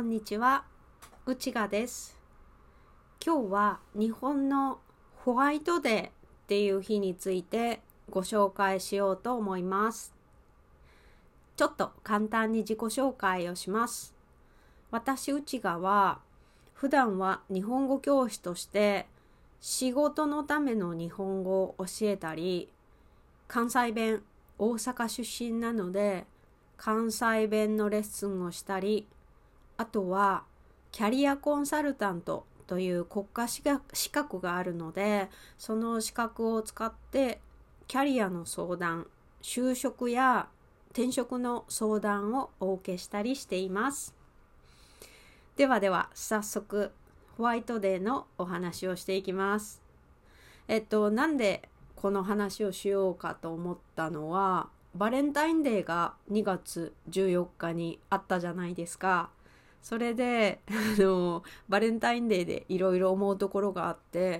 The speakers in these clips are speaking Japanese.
こんにちは、内賀です。今日は日本のホワイトデーっていう日についてご紹介しようと思います。ちょっと簡単に自己紹介をします。私、内賀は普段は日本語教師として仕事のための日本語を教えたり、関西弁、大阪出身なので関西弁のレッスンをしたり、あとはキャリアコンサルタントという国家資格があるので、その資格を使ってキャリアの相談、就職や転職の相談をお受けしたりしています。では早速ホワイトデーのお話をしていきます。なんでこの話をしようかと思ったのは、バレンタインデーが2月14日にあったじゃないですか。それでバレンタインデーでいろいろ思うところがあって、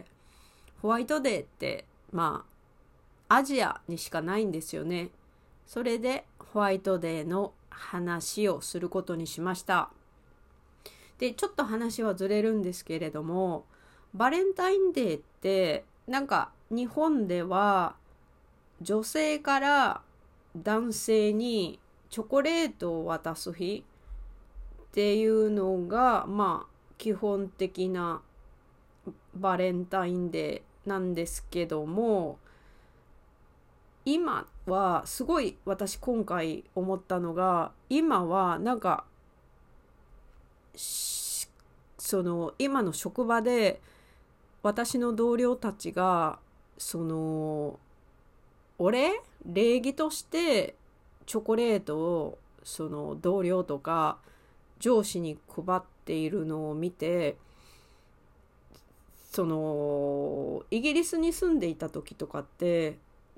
ホワイトデーってアジアにしかないんですよね。それでホワイトデーの話をすることにしました。で、ちょっと話はずれるんですけれども、バレンタインデーって日本では女性から男性にチョコレートを渡す日っていうのが基本的なバレンタインデーなんですけども、今はすごい私今回思ったのが、今は今の職場で私の同僚たちが礼儀としてチョコレートを同僚とか上司に配っているのを見て、イギリスに住んでいた時とかって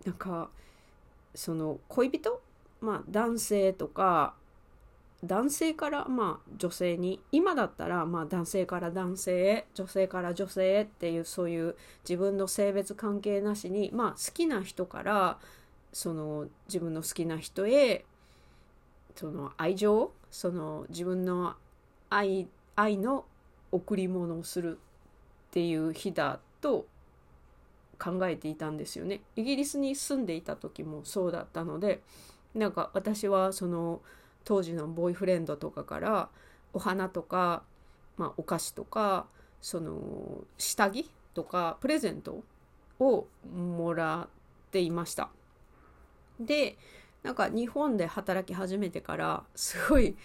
恋人、男性とか男性から女性に、今だったら男性から男性へ、女性から女性へっていう、そういう自分の性別関係なしに好きな人から自分の好きな人へ愛情、自分の愛の贈り物をするっていう日だと考えていたんですよね。イギリスに住んでいた時もそうだったので、私は当時のボーイフレンドとかからお花とか、お菓子とか下着とかプレゼントをもらっていました。で、日本で働き始めてからすごい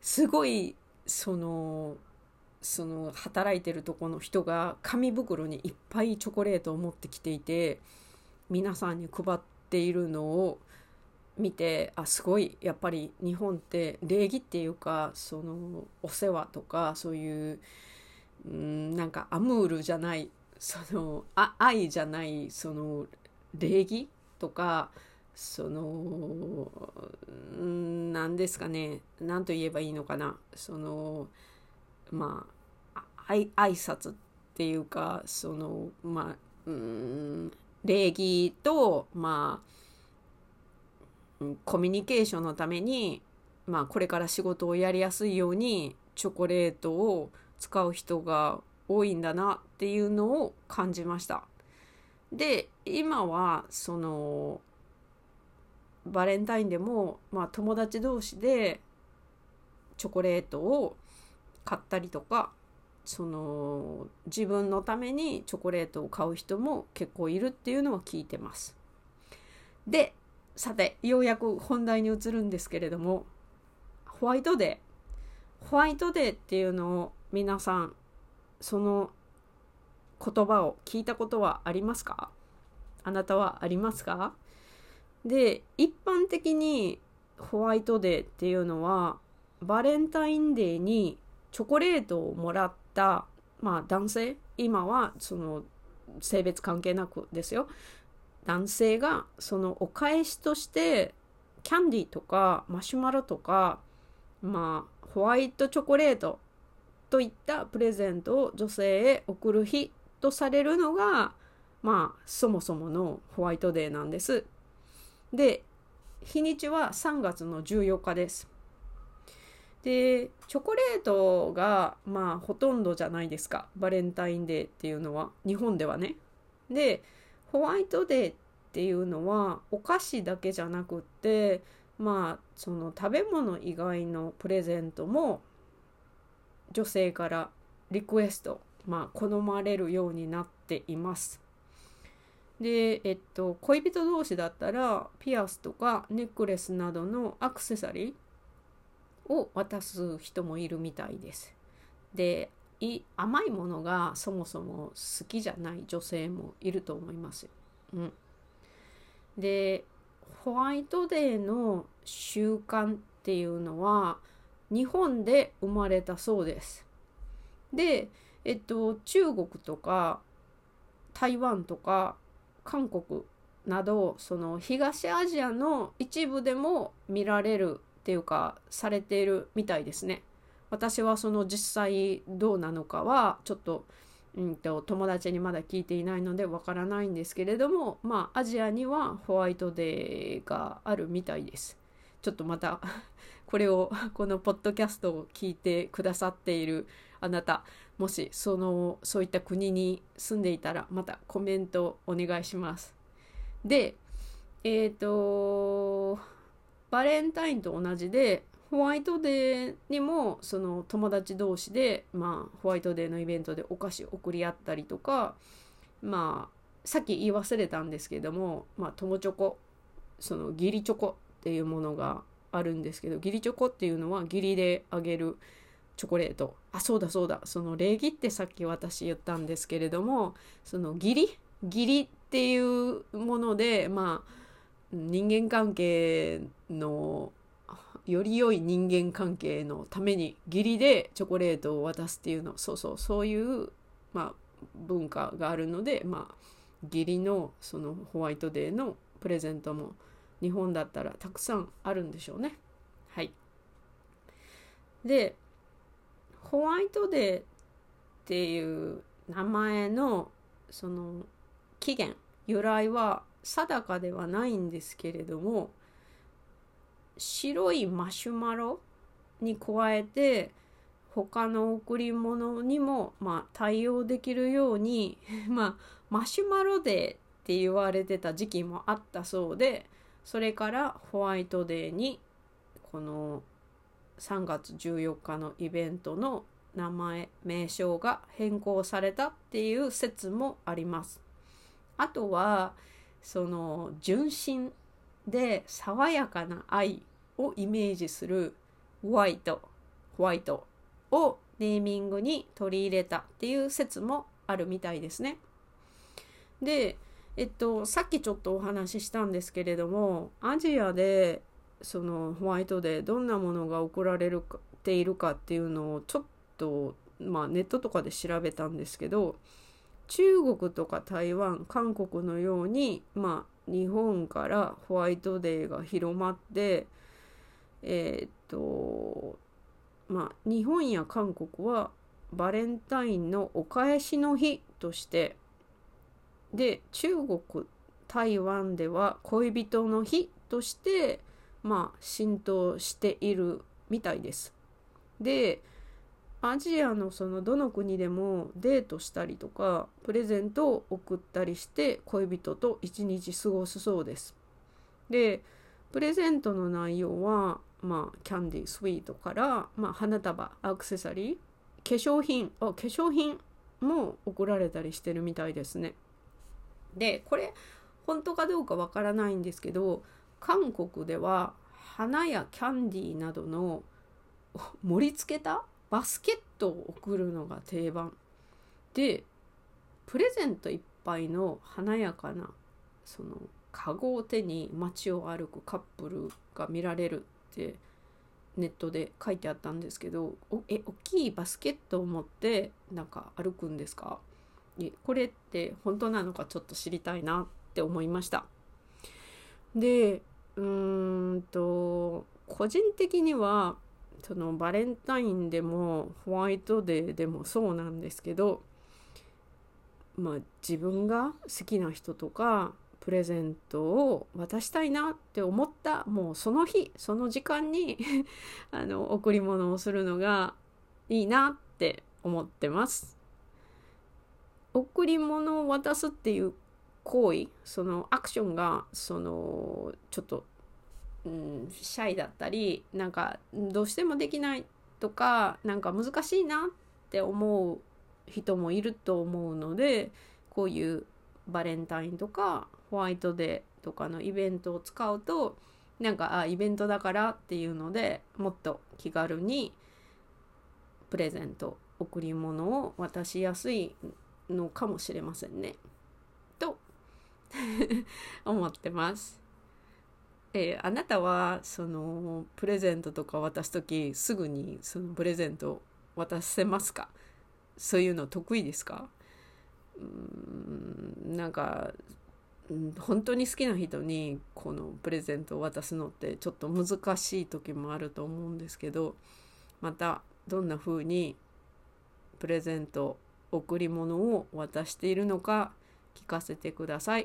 働いてるとこの人が紙袋にいっぱいチョコレートを持ってきていて、皆さんに配っているのを見て、すごいやっぱり日本って礼儀っていうかお世話とか、そういうアムールじゃない愛じゃない礼儀とか、何ですかね、何と言えばいいのかな、挨拶っていうか礼儀とコミュニケーションのためにこれから仕事をやりやすいようにチョコレートを使う人が多いんだなっていうのを感じました。で、今はバレンタインでも友達同士でチョコレートを買ったりとか、自分のためにチョコレートを買う人も結構いるっていうのは聞いてます。で、さてようやく本題に移るんですけれども、ホワイトデーっていうのを皆さんその言葉を聞いたことはありますか？あなたはありますか？で、一般的にホワイトデーっていうのはバレンタインデーにチョコレートをもらった男性、今は性別関係なくですよ、男性がお返しとしてキャンディーとかマシュマロとかホワイトチョコレートといったプレゼントを女性へ贈る日とされるのがそもそものホワイトデーなんです。で、日にちは3月の14日です。 でチョコレートがほとんどじゃないですか、バレンタインデーっていうのは日本ではね。でホワイトデーっていうのはお菓子だけじゃなくって、その食べ物以外のプレゼントも女性からリクエスト、好まれるようになっています。で、恋人同士だったらピアスとかネックレスなどのアクセサリーを渡す人もいるみたいです。で、甘いものがそもそも好きじゃない女性もいると思いますよ。で、ホワイトデーの習慣っていうのは日本で生まれたそうです。で、中国とか台湾とか韓国などその東アジアの一部でも見られるっていうかされているみたいですね。私はその実際どうなのかはちょっと、友達にまだ聞いていないのでわからないんですけれども、アジアにはホワイトデーがあるみたいです。ちょっとまたこのポッドキャストを聞いてくださっているあなた、もしそういった国に住んでいたらまたコメントお願いします。で、バレンタインと同じでホワイトデーにもその友達同士で、ホワイトデーのイベントでお菓子を送り合ったりとか、さっき言い忘れたんですけども、友チョコ、その義理チョコっていうものがあるんですけど、義理チョコっていうのは義理であげるチョコレート。そうだ、その礼儀ってさっき私言ったんですけれども、その義理っていうもので、人間関係のより良い人間関係のために義理でチョコレートを渡すっていうの、そういう、文化があるので、義理のそのホワイトデーのプレゼントも日本だったらたくさんあるんでしょうね。はい。で、ホワイトデーっていう名前のその起源、由来は定かではないんですけれども、白いマシュマロに加えて他の贈り物にも対応できるようにマシュマロデーって言われてた時期もあったそうで、それからホワイトデーにこの3月14日のイベントの名称が変更されたっていう説もあります。あとはその純真で爽やかな愛をイメージするホワイトをネーミングに取り入れたっていう説もあるみたいですね。で、さっきちょっとお話ししたんですけれども、アジアでそのホワイトデーどんなものが贈られているかっていうのをちょっとネットとかで調べたんですけど、中国とか台湾、韓国のように日本からホワイトデーが広まって、日本や韓国はバレンタインのお返しの日として、で中国台湾では恋人の日として浸透しているみたいです。でアジアのそのどの国でもデートしたりとかプレゼントを送ったりして恋人と一日過ごすそうです。でプレゼントの内容はキャンディー、スイートから、花束、アクセサリー、化粧品も送られたりしてるみたいですね。でこれ本当かどうかわからないんですけど、韓国では花やキャンディーなどの盛り付けたバスケットを送るのが定番で、プレゼントいっぱいの華やかなそのカゴを手に街を歩くカップルが見られるってネットで書いてあったんですけど、大きいバスケットを持って歩くんですか？これって本当なのかちょっと知りたいなって思いました。で個人的にはそのバレンタインでもホワイトデーでもそうなんですけど、自分が好きな人とかプレゼントを渡したいなって思ったもうその日その時間に贈り物をするのがいいなって思ってます。贈り物を渡すっていう行為、そのアクションがちょっと、シャイだったり、なんかどうしてもできないとか、なんか難しいなって思う人もいると思うので、こういうバレンタインとかホワイトデーとかのイベントを使うと、なんかイベントだからっていうのでもっと気軽にプレゼント、贈り物を渡しやすいのかもしれませんねと思ってます。あなたはそのプレゼントとか渡すときすぐにそのプレゼント渡せますか？そういうの得意ですか？なんか本当に好きな人にこのプレゼントを渡すのってちょっと難しい時もあると思うんですけど、またどんな風にプレゼント、贈り物を渡しているのか聞かせてください。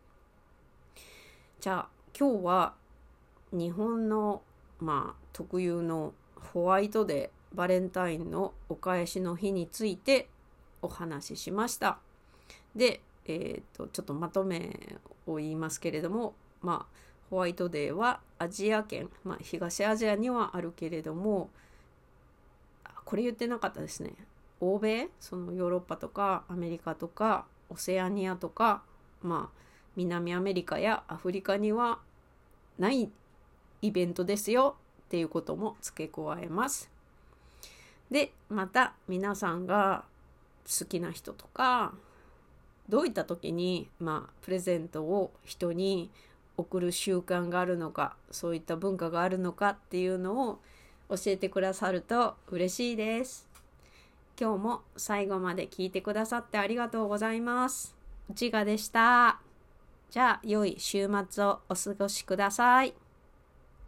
じゃあ今日は日本の特有のホワイトデー、バレンタインのお返しの日についてお話ししました。で、ちょっとまとめを言いますけれども、ホワイトデーはアジア圏、東アジアにはあるけれども、これ言ってなかったですね。欧米、そのヨーロッパとかアメリカとかオセアニアとか、南アメリカやアフリカにはないイベントですよっていうことも付け加えます。で、また皆さんが好きな人とか、どういった時にプレゼントを人に贈る習慣があるのか、そういった文化があるのかっていうのを教えてくださると嬉しいです。今日も最後まで聞いてくださってありがとうございます。うちがでした。じゃあ良い週末をお過ごしください。